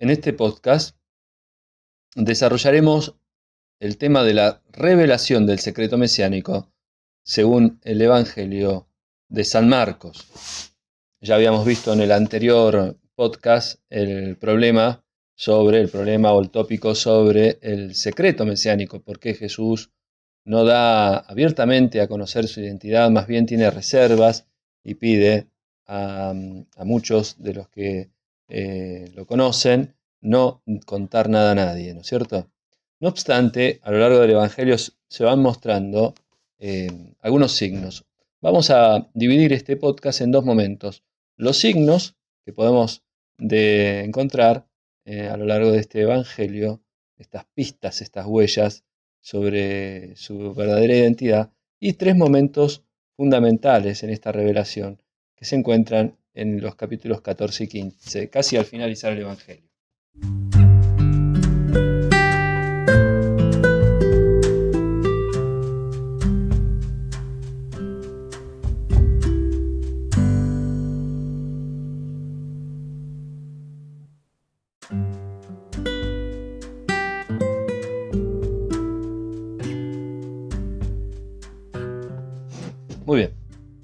En este podcast desarrollaremos el tema de la revelación del secreto mesiánico según el Evangelio de San Marcos. Ya habíamos visto en el anterior podcast el problema o el tópico sobre el secreto mesiánico, por qué Jesús no da abiertamente a conocer su identidad, más bien tiene reservas y pide a muchos de los que lo conocen no contar nada a nadie, ¿no es cierto? No obstante, a lo largo del Evangelio se van mostrando algunos signos. Vamos a dividir este podcast en dos momentos. Los signos que podemos encontrar a lo largo de este Evangelio, estas pistas, estas huellas sobre su verdadera identidad, y tres momentos fundamentales en esta revelación que se encuentran en los capítulos 14 y 15, casi al finalizar el Evangelio. Muy bien.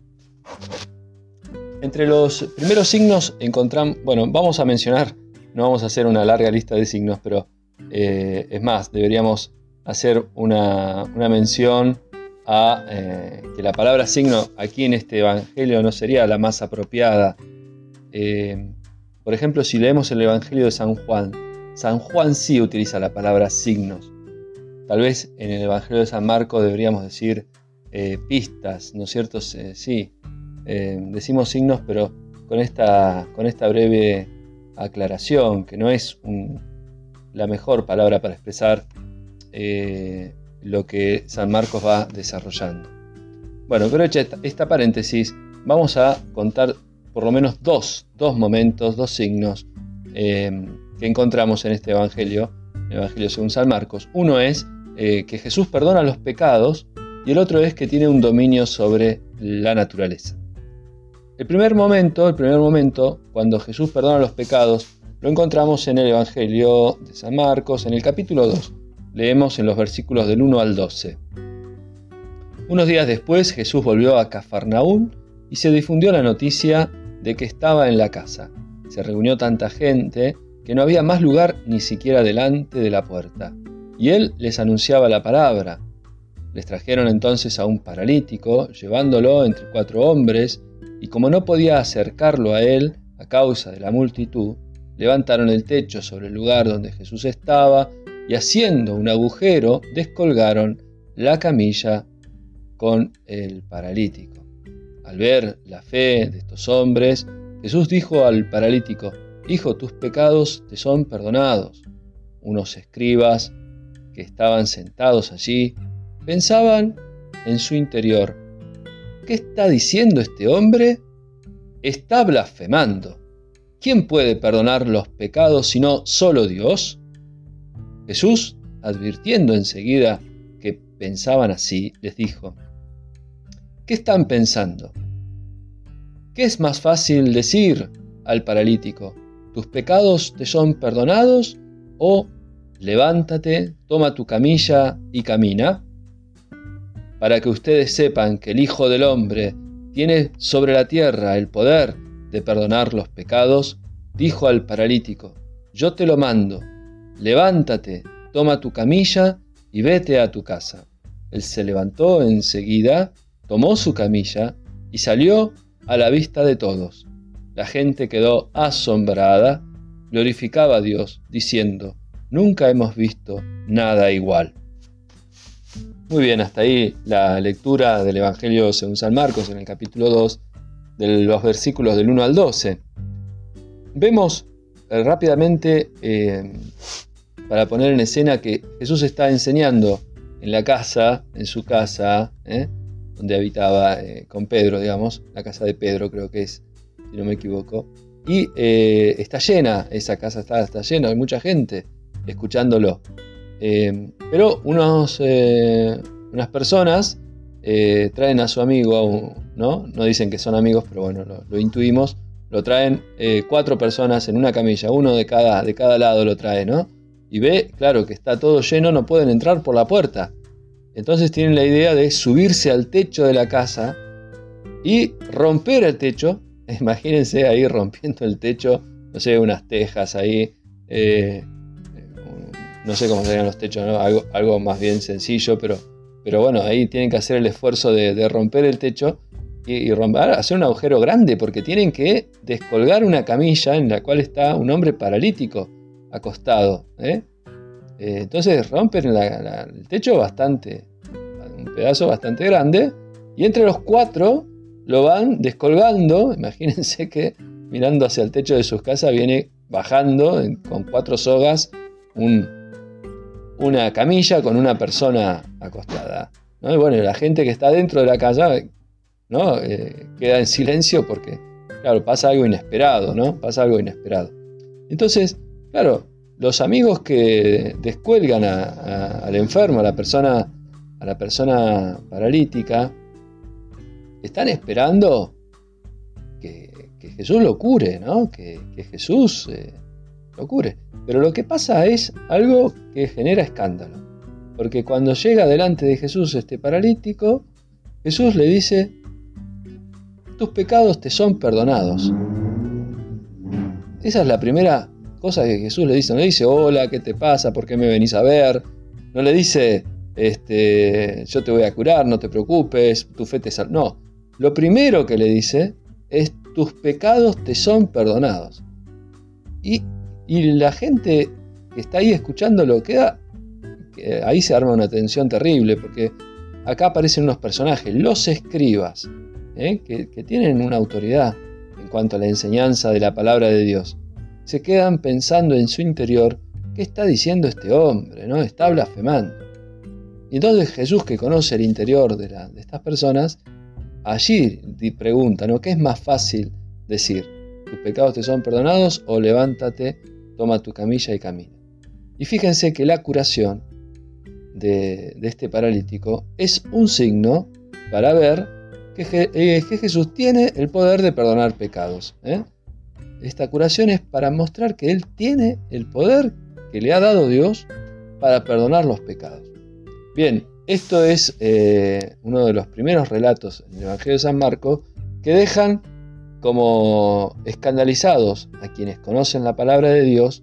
Entre los primeros signos encontramos, vamos a mencionar, no vamos a hacer una larga lista de signos, pero es más, deberíamos hacer una mención a que la palabra signo aquí en este Evangelio no sería la más apropiada. Por ejemplo, si leemos el Evangelio de San Juan sí utiliza la palabra signos. Tal vez en el Evangelio de San Marcos deberíamos decir pistas, ¿no es cierto? Sí, decimos signos, pero con esta breve aclaración, que no es la mejor palabra para expresar lo que San Marcos va desarrollando. Bueno, pero hecha esta paréntesis, vamos a contar por lo menos dos momentos, dos signos que encontramos en este Evangelio, el Evangelio según San Marcos. Uno es que Jesús perdona los pecados, y el otro es que tiene un dominio sobre la naturaleza. El primer momento, cuando Jesús perdona los pecados, lo encontramos en el Evangelio de San Marcos, en el capítulo 2. Leemos en los versículos del 1 al 12. Unos días después, Jesús volvió a Cafarnaúm y se difundió la noticia de que estaba en la casa. Se reunió tanta gente que no había más lugar ni siquiera delante de la puerta. Y él les anunciaba la palabra. Les trajeron entonces a un paralítico, llevándolo entre 4 hombres, y como no podía acercarlo a él a causa de la multitud, levantaron el techo sobre el lugar donde Jesús estaba, y haciendo un agujero, descolgaron la camilla con el paralítico. Al ver la fe de estos hombres, Jesús dijo al paralítico: «Hijo, tus pecados te son perdonados». Unos escribas que estaban sentados allí pensaban en su interior: ¿qué está diciendo este hombre? Está blasfemando. ¿Quién puede perdonar los pecados sino solo Dios? Jesús, advirtiendo enseguida que pensaban así, les dijo: ¿qué están pensando? ¿Qué es más fácil decir al paralítico: tus pecados te son perdonados? ¿O levántate, toma tu camilla y camina? Para que ustedes sepan que el Hijo del Hombre tiene sobre la tierra el poder de perdonar los pecados, dijo al paralítico: yo te lo mando, levántate, toma tu camilla y vete a tu casa. Él se levantó enseguida, tomó su camilla y salió a la vista de todos. La gente quedó asombrada, glorificaba a Dios, diciendo: nunca hemos visto nada igual. Muy bien, hasta ahí la lectura del Evangelio según San Marcos en el capítulo 2, de los versículos del 1 al 12. Vemos rápidamente, para poner en escena, que Jesús está enseñando en la casa, en su casa, donde habitaba con Pedro, digamos, la casa de Pedro creo que es, si no me equivoco, y está llena, esa casa está llena, hay mucha gente escuchándolo. Pero unas personas traen a su amigo, ¿no? No dicen que son amigos, pero bueno, lo intuimos, lo traen 4 personas en una camilla, uno de cada lado lo trae, ¿no? Y ve, claro, que está todo lleno, no pueden entrar por la puerta. Entonces tienen la idea de subirse al techo de la casa y romper el techo. Imagínense ahí rompiendo el techo, no sé, unas tejas ahí, no sé cómo serían los techos, ¿no? Algo más bien sencillo, pero bueno, ahí tienen que hacer el esfuerzo de romper el techo y hacer un agujero grande, porque tienen que descolgar una camilla en la cual está un hombre paralítico acostado, ¿eh? Entonces rompen el techo un pedazo bastante grande, y entre los 4 lo van descolgando. Imagínense que mirando hacia el techo de sus casas viene bajando con 4 sogas una camilla con una persona acostada, ¿no? Y bueno, la gente que está dentro de la casa, ¿no? Queda en silencio porque, claro, pasa algo inesperado, ¿no? Pasa algo inesperado. Entonces, claro, los amigos que descuelgan al enfermo, a la persona paralítica, están esperando que Jesús lo cure, ¿no? Que Jesús lo cure. Pero lo que pasa es algo que genera escándalo. Porque cuando llega delante de Jesús este paralítico, Jesús le dice: tus pecados te son perdonados. Esa es la primera cosa que Jesús le dice. No le dice: hola, ¿qué te pasa? ¿Por qué me venís a ver? No le dice: yo te voy a curar, no te preocupes, tu fe te salva. No, lo primero que le dice es: tus pecados te son perdonados. Y la gente que está ahí escuchándolo ahí se arma una tensión terrible, porque acá aparecen unos personajes, los escribas, que tienen una autoridad en cuanto a la enseñanza de la palabra de Dios. Se quedan pensando en su interior: ¿qué está diciendo este hombre, ¿no? Está blasfemando. Y entonces Jesús, que conoce el interior de estas personas, allí pregunta, ¿no? ¿Qué es más fácil decir? ¿Tus pecados te son perdonados? O levántate, toma tu camilla y camina. Y fíjense que la curación de este paralítico es un signo para ver que Jesús tiene el poder de perdonar pecados. Esta curación es para mostrar que Él tiene el poder que le ha dado Dios para perdonar los pecados. Bien, esto es uno de los primeros relatos en el Evangelio de San Marcos que dejan como escandalizados a quienes conocen la palabra de Dios,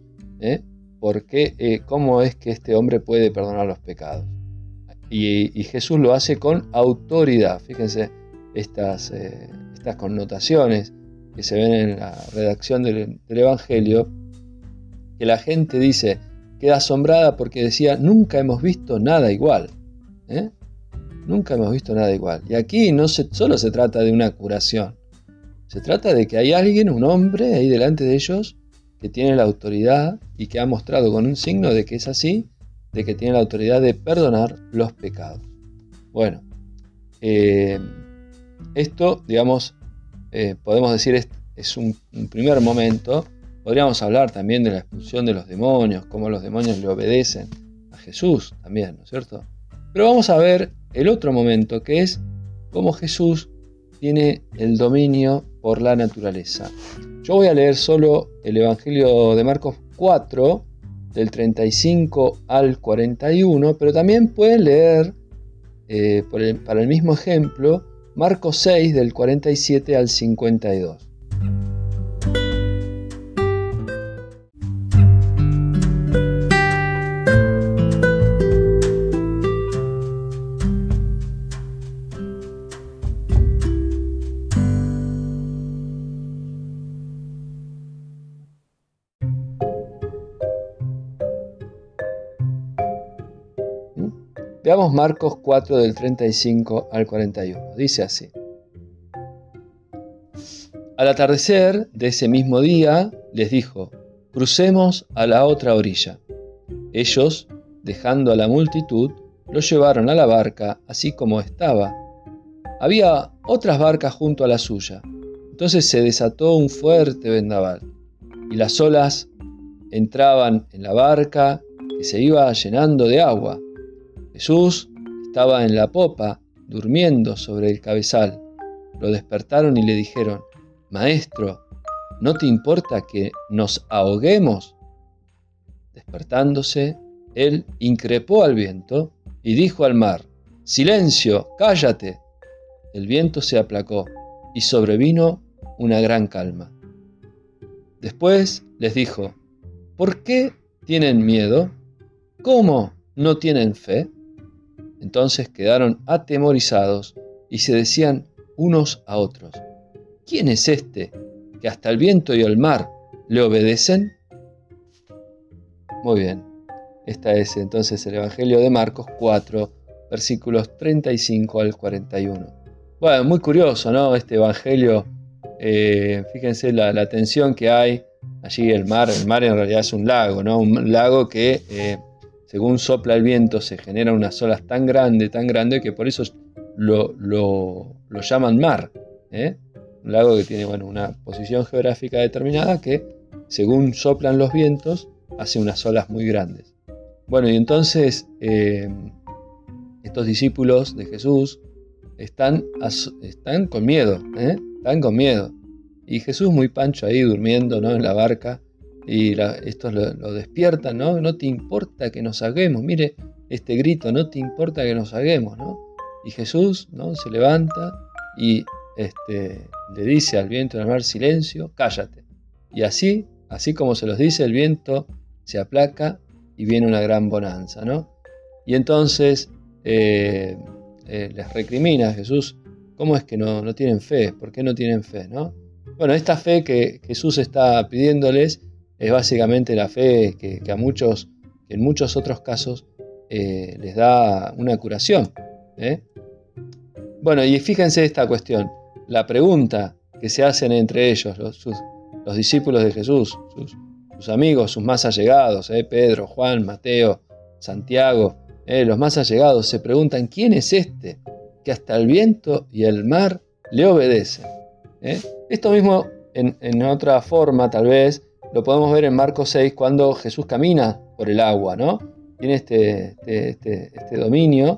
porque cómo es que este hombre puede perdonar los pecados. Y Jesús lo hace con autoridad. Fíjense estas connotaciones que se ven en la redacción del Evangelio, que la gente queda asombrada porque decía: nunca hemos visto nada igual. Nunca hemos visto nada igual. Y aquí no solo se trata de una curación, se trata de que hay alguien, un hombre ahí delante de ellos, que tiene la autoridad y que ha mostrado con un signo de que es así, de que tiene la autoridad de perdonar los pecados. Bueno, esto, digamos, podemos decir es un primer momento. Podríamos hablar también de la expulsión de los demonios, cómo los demonios le obedecen a Jesús también, ¿no es cierto? Pero vamos a ver el otro momento, que es cómo Jesús tiene el dominio por la naturaleza. Yo voy a leer solo el Evangelio de Marcos 4, del 35 al 41, pero también pueden leer, para el mismo ejemplo, Marcos 6, del 47 al 52. Veamos Marcos 4 del 35 al 41. Dice así: al atardecer de ese mismo día les dijo: crucemos a la otra orilla. Ellos, dejando a la multitud, lo llevaron a la barca así como estaba. Había otras barcas junto a la suya. Entonces se desató un fuerte vendaval, y las olas entraban en la barca, que se iba llenando de agua. Jesús estaba en la popa, durmiendo sobre el cabezal. Lo despertaron y le dijeron: Maestro, ¿no te importa que nos ahoguemos? Despertándose, él increpó al viento y dijo al mar: ¡Silencio! ¡Cállate! El viento se aplacó y sobrevino una gran calma. Después les dijo: ¿por qué tienen miedo? ¿Cómo no tienen fe? Entonces quedaron atemorizados y se decían unos a otros: ¿quién es este que hasta el viento y el mar le obedecen? Muy bien, este es entonces el Evangelio de Marcos 4, versículos 35 al 41. Bueno, muy curioso, ¿no? Este Evangelio, fíjense la tensión que hay. Allí el mar en realidad es un lago, ¿no? Un lago que según sopla el viento se generan unas olas tan grandes, que por eso lo llaman mar, ¿eh? Un lago que tiene, bueno, una posición geográfica determinada que según soplan los vientos hace unas olas muy grandes. Bueno, y entonces estos discípulos de Jesús están con miedo, están con miedo. Y Jesús muy pancho ahí durmiendo, ¿no?, en la barca, y estos lo despiertan, ¿no? No te importa que nos ahoguemos, mire este grito, no te importa que nos ahoguemos, ¿no? Y Jesús, ¿no?, se levanta y le dice al viento y al mar: silencio, cállate. Y así como se los dice, el viento se aplaca y viene una gran bonanza, ¿no? Y entonces les recrimina a Jesús: ¿cómo es que no tienen fe? ¿Por qué no tienen fe, no? Bueno, esta fe que Jesús está pidiéndoles es básicamente la fe que en muchos otros casos les da una curación, ¿eh? Bueno, y fíjense esta cuestión, la pregunta que se hacen entre ellos, los discípulos de Jesús, sus amigos, sus más allegados, Pedro, Juan, Mateo, Santiago, los más allegados se preguntan: ¿quién es este que hasta el viento y el mar le obedecen? Esto mismo en otra forma tal vez lo podemos ver en Marcos 6 cuando Jesús camina por el agua, ¿no? Tiene este dominio,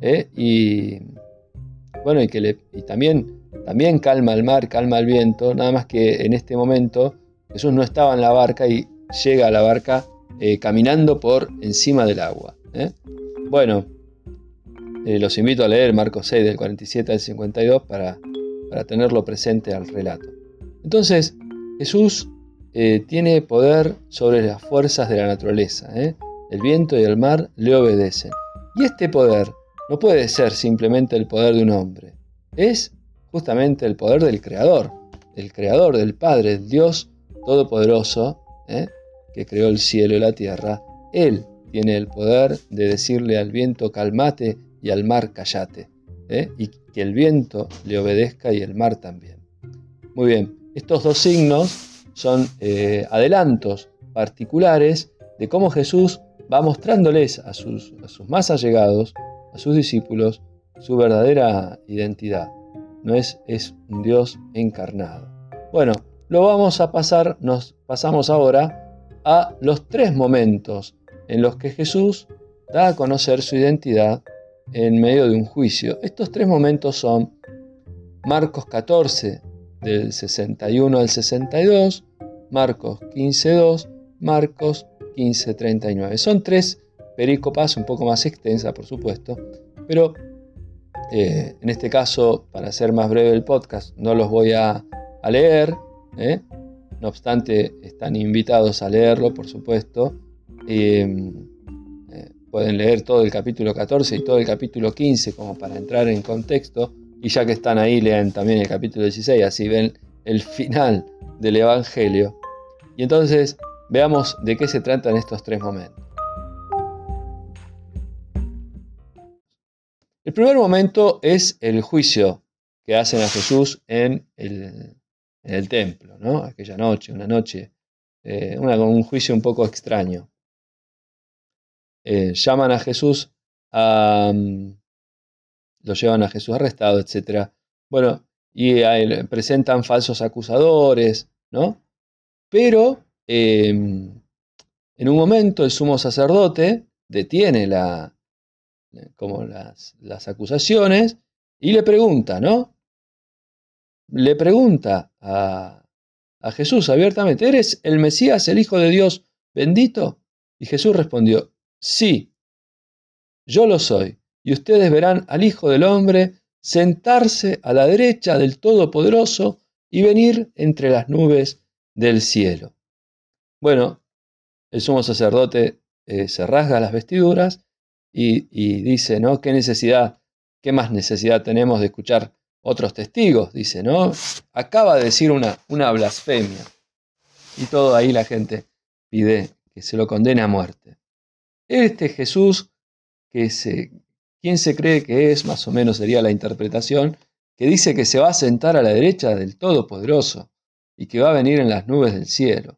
y bueno, y también calma el mar, calma el viento, nada más que en este momento Jesús no estaba en la barca y llega a la barca caminando por encima del agua. Bueno, los invito a leer Marcos 6 del 47 al 52 para tenerlo presente al relato. Entonces, Jesús tiene poder sobre las fuerzas de la naturaleza. El viento y el mar le obedecen. Y este poder no puede ser simplemente el poder de un hombre. Es justamente el poder del Creador, del Padre, el Dios Todopoderoso, que creó el cielo y la tierra. Él tiene el poder de decirle al viento: calmate, y al mar: cállate, y que el viento le obedezca y el mar también. Muy bien, estos dos signos son adelantos particulares de cómo Jesús va mostrándoles a sus más allegados, a sus discípulos, su verdadera identidad. No es un Dios encarnado. Bueno, nos pasamos ahora a los 3 momentos en los que Jesús da a conocer su identidad en medio de un juicio. Estos 3 momentos son Marcos 14, del 61 al 62, Marcos 15:2, Marcos 15:39. Son 3 perícopas un poco más extensas, por supuesto, pero en este caso, para hacer más breve el podcast, no los voy a leer. No obstante, están invitados a leerlo, por supuesto. Pueden leer todo el capítulo 14 y todo el capítulo 15 como para entrar en contexto, y ya que están ahí, lean también el capítulo 16, así ven el final del Evangelio. Y entonces veamos de qué se tratan estos 3 momentos. El primer momento es el juicio que hacen a Jesús en el templo, ¿no? Aquella noche, una noche, un juicio un poco extraño. Llaman a Jesús, lo llevan a Jesús arrestado, etc. Bueno, y presentan falsos acusadores, ¿no? Pero en un momento el sumo sacerdote detiene como las acusaciones y le pregunta, ¿no? Le pregunta a a Jesús abiertamente, ¿eres el Mesías, el Hijo de Dios bendito? Y Jesús respondió, sí, yo lo soy, y ustedes verán al Hijo del Hombre sentarse a la derecha del Todopoderoso y venir entre las nubes del cielo. Bueno, el sumo sacerdote se rasga las vestiduras y dice, ¿no? ¿Qué más necesidad tenemos de escuchar otros testigos? Dice, ¿no? Acaba de decir una blasfemia. Y todo ahí la gente pide que se lo condene a muerte. Este Jesús, ¿quién se cree que es? Más o menos sería la interpretación, que dice que se va a sentar a la derecha del Todopoderoso y que va a venir en las nubes del cielo.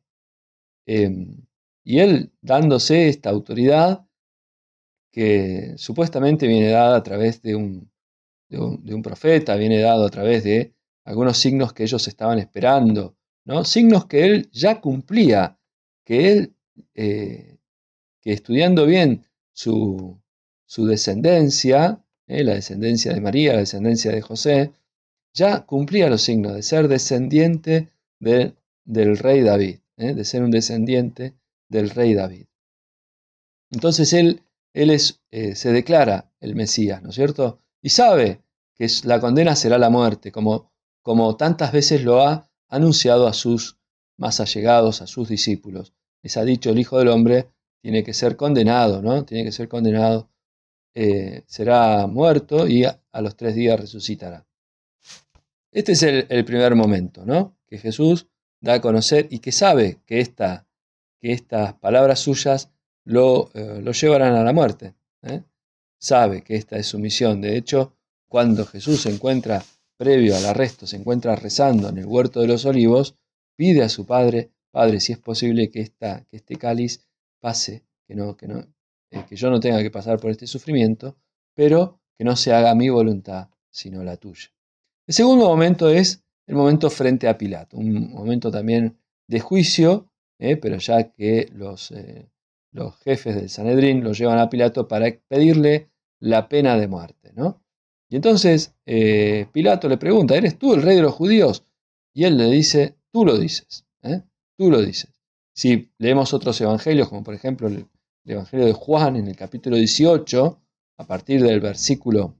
Y él dándose esta autoridad que supuestamente viene dada a través de un profeta, viene dado a través de algunos signos que ellos estaban esperando, ¿no? Signos que él ya cumplía, que él, que estudiando bien su descendencia, la descendencia de María, la descendencia de José, ya cumplía los signos de ser descendiente del rey David, de ser un descendiente del rey David. Entonces él se declara el Mesías, ¿no es cierto? Y sabe que la condena será la muerte, como tantas veces lo ha anunciado a sus más allegados, a sus discípulos. Les ha dicho, el Hijo del Hombre tiene que ser condenado, ¿no? Tiene que ser condenado, será muerto y a los 3 días resucitará. Este es el primer momento, ¿no? Que Jesús da a conocer y que sabe que estas palabras suyas lo llevarán a la muerte. Sabe que esta es su misión. De hecho, cuando Jesús se encuentra, previo al arresto, se encuentra rezando en el huerto de los olivos, pide a su Padre, Padre, si es posible que este cáliz pase, que yo no tenga que pasar por este sufrimiento, pero que no se haga mi voluntad, sino la tuya. El segundo momento es el momento frente a Pilato, un momento también de juicio, pero ya que los jefes del Sanedrín lo llevan a Pilato para pedirle la pena de muerte, ¿no? Y entonces Pilato le pregunta, ¿eres tú el rey de los judíos? Y él le dice, tú lo dices, tú lo dices. Si leemos otros evangelios, como por ejemplo el evangelio de Juan en el capítulo 18, a partir del versículo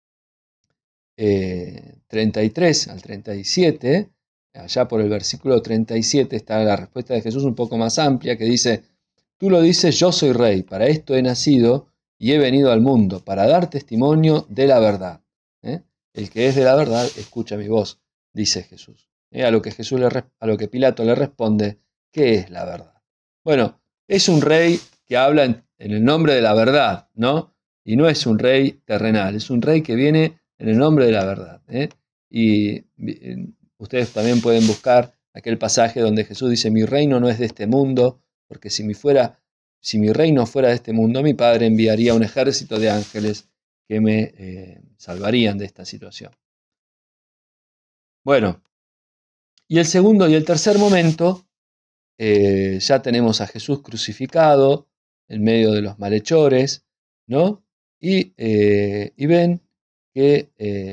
33 al 37, allá por el versículo 37 está la respuesta de Jesús un poco más amplia, que dice, tú lo dices, yo soy rey, para esto he nacido y he venido al mundo, para dar testimonio de la verdad. El que es de la verdad, escucha mi voz, dice Jesús. A lo que Pilato le responde, ¿qué es la verdad? Bueno, es un rey que habla en el nombre de la verdad, ¿no? Y no es un rey terrenal, es un rey que viene en el nombre de la verdad. Y ustedes también pueden buscar aquel pasaje donde Jesús dice, mi reino no es de este mundo, porque si mi reino fuera de este mundo, mi Padre enviaría un ejército de ángeles que me salvarían de esta situación. Bueno, y el segundo y el tercer momento, ya tenemos a Jesús crucificado en medio de los malhechores, ¿no? Y ven que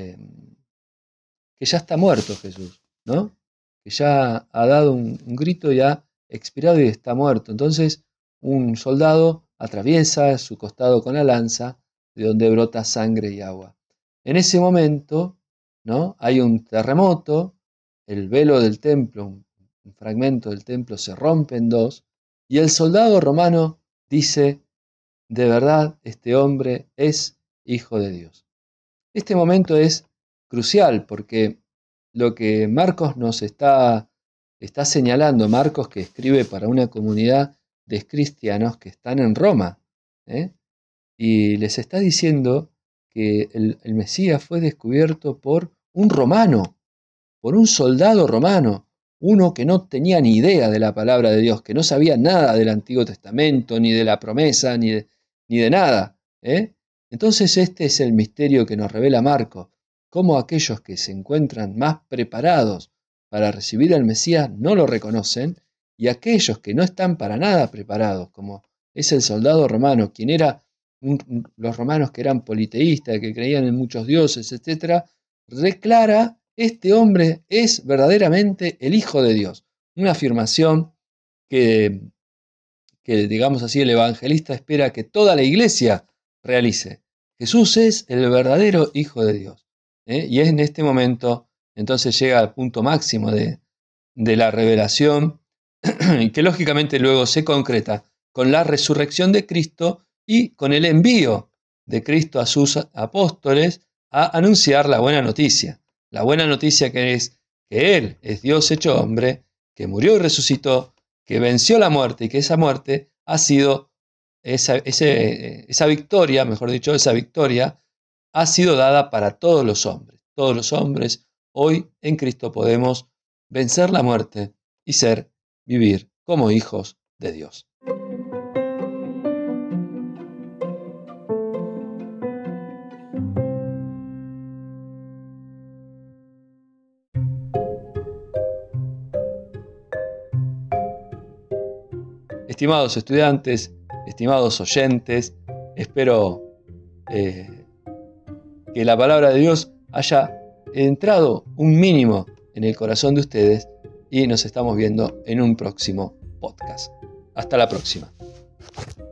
ya está muerto Jesús, ¿no? Que ya ha dado un grito y ha expirado y está muerto. Entonces un soldado atraviesa su costado con la lanza, de donde brota sangre y agua. En ese momento, ¿no? Hay un terremoto, el velo del templo, un fragmento del templo se rompe en dos, y el soldado romano dice, de verdad, este hombre es hijo de Dios. Este momento es crucial porque lo que Marcos nos está señalando, Marcos que escribe para una comunidad de cristianos que están en Roma, y les está diciendo que el Mesías fue descubierto por un romano, por un soldado romano, uno que no tenía ni idea de la palabra de Dios, que no sabía nada del Antiguo Testamento, ni de la promesa, ni de nada. Entonces este es el misterio que nos revela Marcos, cómo aquellos que se encuentran más preparados para recibir al Mesías no lo reconocen, y aquellos que no están para nada preparados, como es el soldado romano, quien era los romanos que eran politeístas, que creían en muchos dioses, etc., declara, este hombre es verdaderamente el Hijo de Dios. una afirmación que, digamos así, el evangelista espera que toda la iglesia realice. Jesús es el verdadero Hijo de Dios. Y es en este momento, entonces llega al punto máximo de la revelación, que lógicamente luego se concreta con la resurrección de Cristo y con el envío de Cristo a sus apóstoles a anunciar la buena noticia. La buena noticia que es que Él es Dios hecho hombre, que murió y resucitó, que venció la muerte y que esa muerte ha sido, esa victoria, mejor dicho, esa victoria ha sido dada para todos los hombres. Todos los hombres hoy en Cristo podemos vencer la muerte y vivir como hijos de Dios. Estimados estudiantes, estimados oyentes, espero que la palabra de Dios haya entrado un mínimo en el corazón de ustedes y nos estamos viendo en un próximo podcast. Hasta la próxima.